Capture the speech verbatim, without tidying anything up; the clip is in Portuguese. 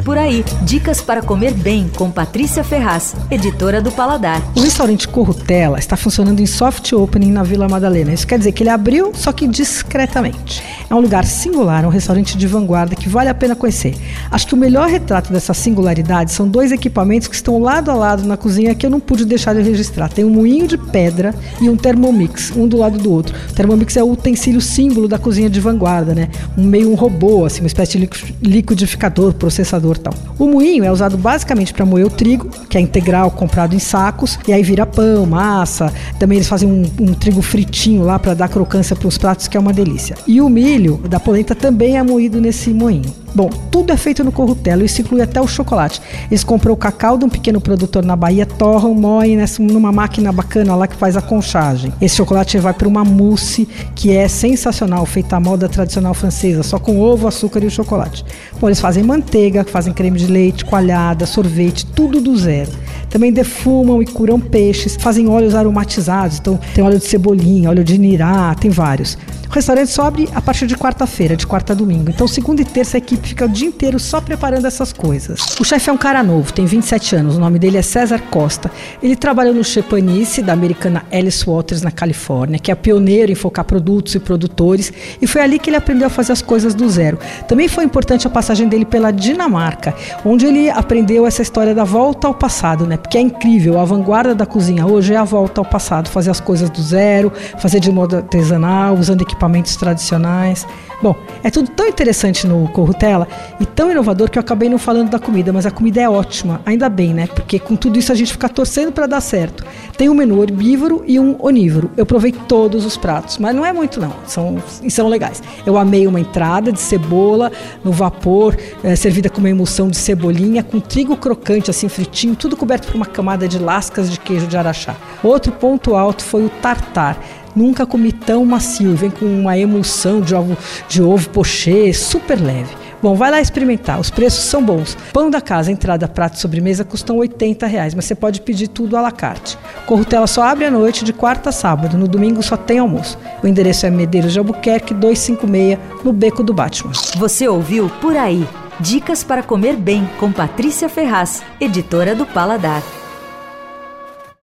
Por Aí, dicas para comer bem com Patrícia Ferraz, editora do Paladar. O restaurante Corrutela está funcionando em soft opening na Vila Madalena. Isso quer dizer que ele abriu, só que discretamente. É um lugar singular, um restaurante de vanguarda que vale a pena conhecer. Acho que o melhor retrato dessa singularidade são dois equipamentos que estão lado a lado na cozinha que eu não pude deixar de registrar. Tem um moinho de pedra e um Thermomix, um do lado do outro. O Thermomix é o utensílio símbolo da cozinha de vanguarda, né? Um meio um robô, assim, uma espécie de liquidificador, processador e tal. O moinho é usado basicamente para moer o trigo, que é integral, comprado em sacos, e aí vira pão, massa. Também eles fazem um, um trigo fritinho lá para dar crocância para os pratos, que é uma delícia. E o milho da polenta também é moído nesse moinho. Bom, tudo é feito no Corrutela, isso inclui até o chocolate. Eles compram o cacau de um pequeno produtor na Bahia, torram, moem nessa, numa máquina bacana lá que faz a conchagem. Esse chocolate vai para uma mousse que é sensacional, feita à moda tradicional francesa, só com ovo, açúcar e o chocolate. Bom, eles fazem manteiga, fazem creme de leite, coalhada, sorvete, tudo do zero. Também defumam e curam peixes, fazem óleos aromatizados, então tem óleo de cebolinha, óleo de nirá, tem vários. O restaurante só abre a partir de quarta-feira, de quarta a domingo. Então, segunda e terça, a equipe fica o dia inteiro só preparando essas coisas. O chefe é um cara novo, tem vinte e sete anos. O nome dele é César Costa. Ele trabalhou no Chepanice, da americana Alice Waters, na Califórnia, que é pioneiro em focar produtos e produtores. E foi ali que ele aprendeu a fazer as coisas do zero. Também foi importante a passagem dele pela Dinamarca, onde ele aprendeu essa história da volta ao passado, né? Porque é incrível, a vanguarda da cozinha hoje é a volta ao passado. Fazer as coisas do zero, fazer de modo artesanal, usando equipamentos equipamentos tradicionais. Bom, é tudo tão interessante no Corrutela e tão inovador que eu acabei não falando da comida, mas a comida é ótima, ainda bem, né? Porque com tudo isso a gente fica torcendo para dar certo. Tem um menu herbívoro e um onívoro. Eu provei todos os pratos, mas não é muito não, são, são legais. Eu amei uma entrada de cebola no vapor, é, servida com uma emulsão de cebolinha, com trigo crocante, assim, fritinho, tudo coberto por uma camada de lascas de queijo de araxá. Outro ponto alto foi o tartar. Nunca comi tão macio, vem com uma emulsão de ovo, de ovo pochê, super leve. Bom, vai lá experimentar, os preços são bons. Pão da casa, entrada, prato e sobremesa custam oitenta reais, mas você pode pedir tudo à la carte. Corrutela só abre à noite de quarta a sábado, no domingo só tem almoço. O endereço é Medeiros de Albuquerque, duzentos e cinquenta e seis, no Beco do Batman. Você ouviu Por Aí, dicas para comer bem com Patrícia Ferraz, editora do Paladar.